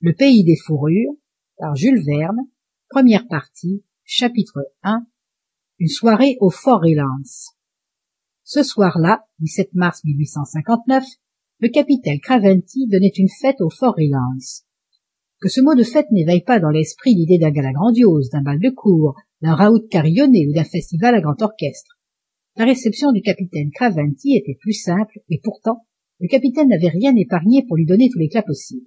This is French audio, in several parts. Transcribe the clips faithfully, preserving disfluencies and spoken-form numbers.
Le pays des fourrures, par Jules Verne, première partie, chapitre un, une soirée au Fort Reliance. Ce soir-là, dix-sept mars mille huit cent cinquante-neuf, le capitaine Craventy donnait une fête au Fort Reliance. Que ce mot de fête n'éveille pas dans l'esprit l'idée d'un gala grandiose, d'un bal de cour, d'un raout carillonné ou d'un festival à grand orchestre. La réception du capitaine Craventy était plus simple, et pourtant, le capitaine n'avait rien épargné pour lui donner tout l'éclat possible.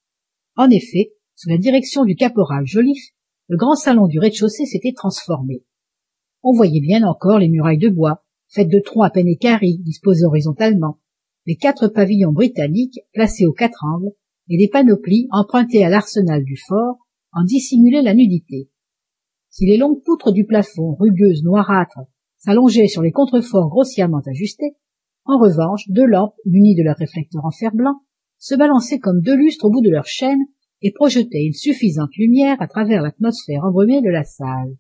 En effet, sous la direction du caporal Joliffe, le grand salon du rez-de-chaussée s'était transformé. On voyait bien encore les murailles de bois, faites de troncs à peine équarris, disposés horizontalement, les quatre pavillons britanniques placés aux quatre angles, et des panoplies empruntées à l'arsenal du fort en dissimulaient la nudité. Si les longues poutres du plafond, rugueuses, noirâtres, s'allongeaient sur les contreforts grossièrement ajustés, en revanche, deux lampes, munies de leurs réflecteurs en fer blanc, se balançaient comme deux lustres au bout de leur chaîne et projetaient une suffisante lumière à travers l'atmosphère embrumée de la salle.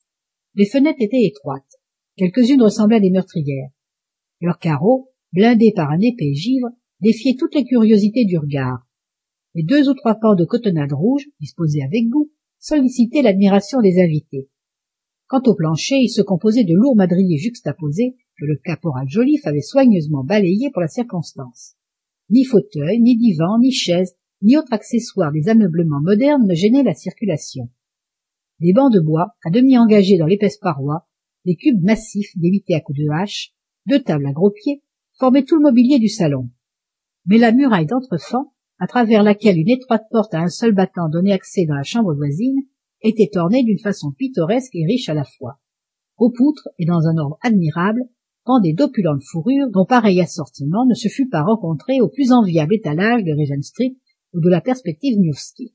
Les fenêtres étaient étroites. Quelques-unes ressemblaient à des meurtrières. Leurs carreaux, blindés par un épais givre, défiaient toutes les curiosités du regard. Les deux ou trois pans de cotonnade rouge, disposés avec goût, sollicitaient l'admiration des invités. Quant au plancher, il se composait de lourds madriers juxtaposés que le caporal Joliffe avait soigneusement balayés pour la circonstance. Ni fauteuil, ni divan, ni chaise, ni autre accessoire des ameublements modernes ne gênaient la circulation. Des bancs de bois, à demi engagés dans l'épaisse paroi, des cubes massifs débités à coups de hache, deux tables à gros pieds, formaient tout le mobilier du salon. Mais la muraille d'entrefend, à travers laquelle une étroite porte à un seul battant donnait accès dans la chambre voisine, était ornée d'une façon pittoresque et riche à la fois. Aux poutres, et dans un ordre admirable, pendaient d'opulentes fourrures dont pareil assortiment ne se fût pas rencontré au plus enviable étalage de Regent Street ou de la perspective Nevsky.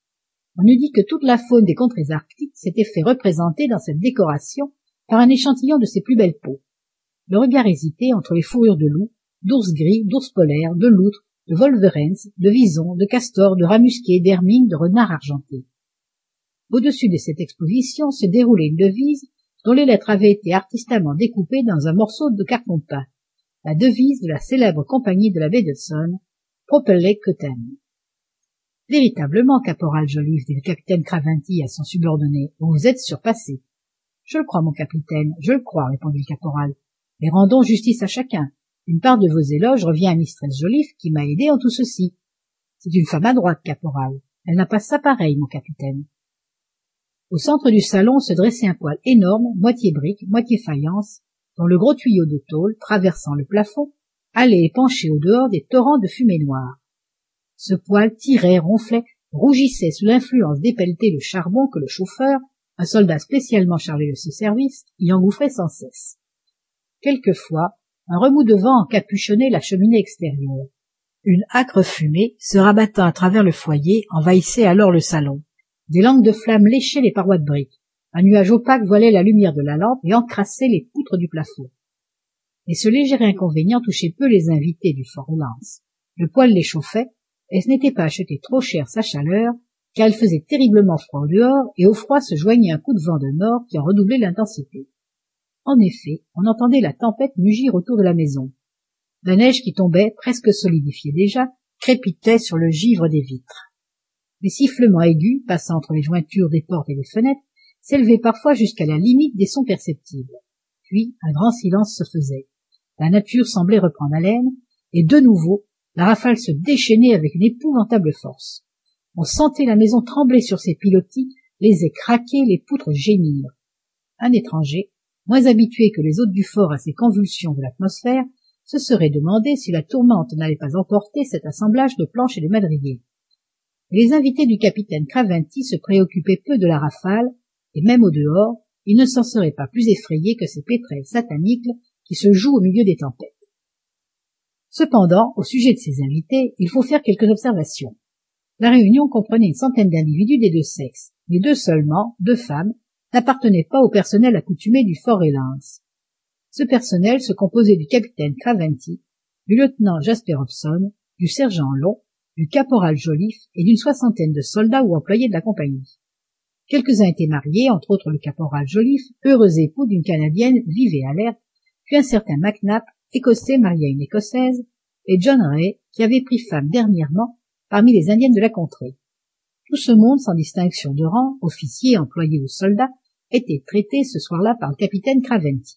On eût dit que toute la faune des contrées arctiques s'était fait représenter dans cette décoration par un échantillon de ses plus belles peaux. Le regard hésitait entre les fourrures de loup, d'ours gris, d'ours polaires, de loutres, de wolverines, de visons, de castors, de rats musqués, d'hermines, de renards argentés. Au-dessus de cette exposition se déroulait une devise dont les lettres avaient été artistement découpées dans un morceau de carton peint, la devise de la célèbre compagnie de la baie d'Hudson, Propelec Cotten. Véritablement, caporal Joliffe, dit le capitaine Craventy à son subordonné, vous vous êtes surpassé. Je le crois, mon capitaine, je le crois, répondit le caporal. Mais rendons justice à chacun. Une part de vos éloges revient à mistress Joliffe, qui m'a aidé en tout ceci. C'est une femme adroite, caporal. Elle n'a pas sa pareille, mon capitaine. Au centre du salon se dressait un poêle énorme, moitié brique, moitié faïence, dont le gros tuyau de tôle, traversant le plafond, allait épancher au dehors des torrents de fumée noire. Ce poêle tirait, ronflait, rougissait sous l'influence des pelletés de charbon que le chauffeur, un soldat spécialement chargé de ce service, y engouffrait sans cesse. Quelquefois, un remous de vent encapuchonnait la cheminée extérieure. Une âcre fumée, se rabattant à travers le foyer, envahissait alors le salon. Des langues de flammes léchaient les parois de briques. Un nuage opaque voilait la lumière de la lampe et encrassait les poutres du plafond. Mais ce léger inconvénient touchait peu les invités du Fort Reliance. Le poêle les chauffait, et ce n'était pas acheter trop cher sa chaleur, car il faisait terriblement froid au dehors, et au froid se joignait un coup de vent de nord qui en redoublait l'intensité. En effet, on entendait la tempête mugir autour de la maison. La neige qui tombait, presque solidifiée déjà, crépitait sur le givre des vitres. Les sifflements aigus, passant entre les jointures des portes et des fenêtres, s'élevaient parfois jusqu'à la limite des sons perceptibles. Puis, un grand silence se faisait. La nature semblait reprendre haleine, et de nouveau, la rafale se déchaînait avec une épouvantable force. On sentait la maison trembler sur ses pilotis, les ais craquer, les poutres gémir. Un étranger, moins habitué que les hôtes du fort à ces convulsions de l'atmosphère, se serait demandé si la tourmente n'allait pas emporter cet assemblage de planches et de madriers. Les invités du capitaine Craventy se préoccupaient peu de la rafale, et même au dehors, ils ne s'en seraient pas plus effrayés que ces pétrels sataniques qui se jouent au milieu des tempêtes. Cependant, au sujet de ces invités, il faut faire quelques observations. La réunion comprenait une centaine d'individus des deux sexes, mais deux seulement, deux femmes, n'appartenaient pas au personnel accoutumé du Fort Reliance. Ce personnel se composait du capitaine Craventy, du lieutenant Jasper Hobson, du sergent Long, du caporal Joliffe et d'une soixantaine de soldats ou employés de la compagnie. Quelques-uns étaient mariés, entre autres le caporal Joliffe, heureux époux d'une Canadienne vive et alerte, puis un certain Mac Nap, écossais marié à une écossaise, et John Ray, qui avait pris femme dernièrement parmi les indiennes de la contrée. Tout ce monde, sans distinction de rang, officiers, employés ou soldats, était traité ce soir-là par le capitaine Craventy.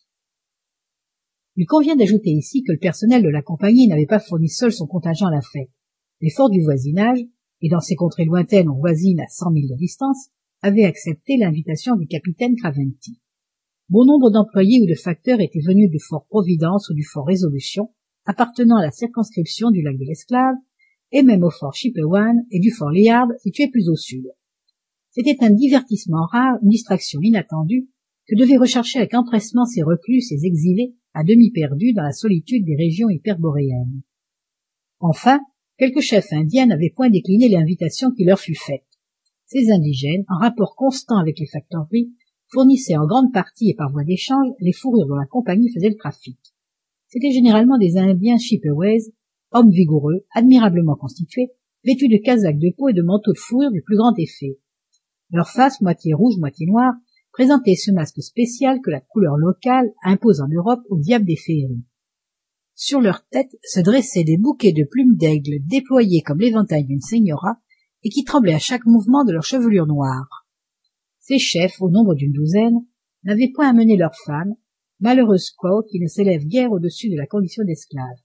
Il convient d'ajouter ici que le personnel de la compagnie n'avait pas fourni seul son contingent à la fête. Les forts du voisinage, et dans ces contrées lointaines on voisine à cent milles de distance, avaient accepté l'invitation du capitaine Craventy. Bon nombre d'employés ou de facteurs étaient venus du fort Providence ou du fort Résolution, appartenant à la circonscription du lac de l'Esclave, et même au fort Chippewan et du fort Liard, situé plus au sud. C'était un divertissement rare, une distraction inattendue, que devaient rechercher avec empressement ces reclus, ces exilés, à demi perdus dans la solitude des régions hyperboréennes. Enfin, quelques chefs indiens n'avaient point décliné l'invitation qui leur fut faite. Ces indigènes, en rapport constant avec les factoreries, fournissaient en grande partie et par voie d'échange les fourrures dont la compagnie faisait le trafic. C'étaient généralement des Indiens Chippeways, hommes vigoureux, admirablement constitués, vêtus de casaques de peau et de manteaux de fourrure du plus grand effet. Leur face, moitié rouge, moitié noire, présentait ce masque spécial que la couleur locale impose en Europe au diable des féeries. Sur leur tête se dressaient des bouquets de plumes d'aigle déployés comme l'éventail d'une seigneura et qui tremblaient à chaque mouvement de leur chevelure noire. Ces chefs, au nombre d'une douzaine, n'avaient point amené leurs femmes, malheureuses squaws qui ne s'élèvent guère au-dessus de la condition d'esclaves.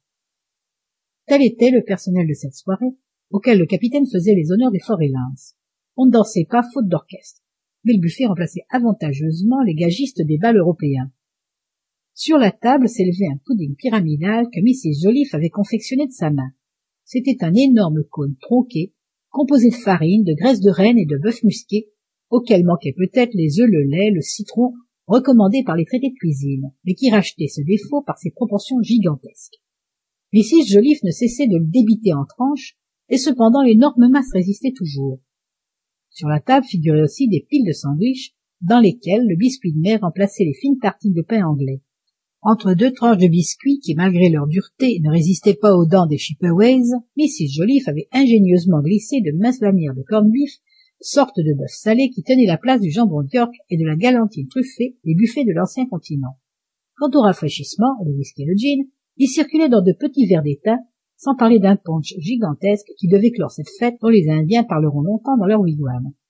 Tel était le personnel de cette soirée, auquel le capitaine faisait les honneurs des Fort Reliance. On ne dansait pas faute d'orchestre, mais le buffet remplaçait avantageusement les gagistes des bals européens. Sur la table s'élevait un pudding pyramidal que missus Joliffe avait confectionné de sa main. C'était un énorme cône tronqué, composé de farine, de graisse de renne et de bœuf musqué, auquel manquaient peut-être les œufs, le lait, le citron, recommandés par les traités de cuisine, mais qui rachetait ce défaut par ses proportions gigantesques. missus Joliffe ne cessait de le débiter en tranches, et cependant l'énorme masse résistait toujours. Sur la table figuraient aussi des piles de sandwichs, dans lesquels le biscuit de mer remplaçait les fines tartines de pain anglais. Entre deux tranches de biscuits qui, malgré leur dureté, ne résistaient pas aux dents des Chippeways, missus Joliffe avait ingénieusement glissé de minces lanières de corned beef, sorte de bœuf salé qui tenait la place du jambon de York et de la galantine truffée des buffets de l'ancien continent. Quant au rafraîchissement, le whisky et le gin, ils circulaient dans de petits verres d'étain, sans parler d'un punch gigantesque qui devait clore cette fête dont les Indiens parleront longtemps dans leur wigwam.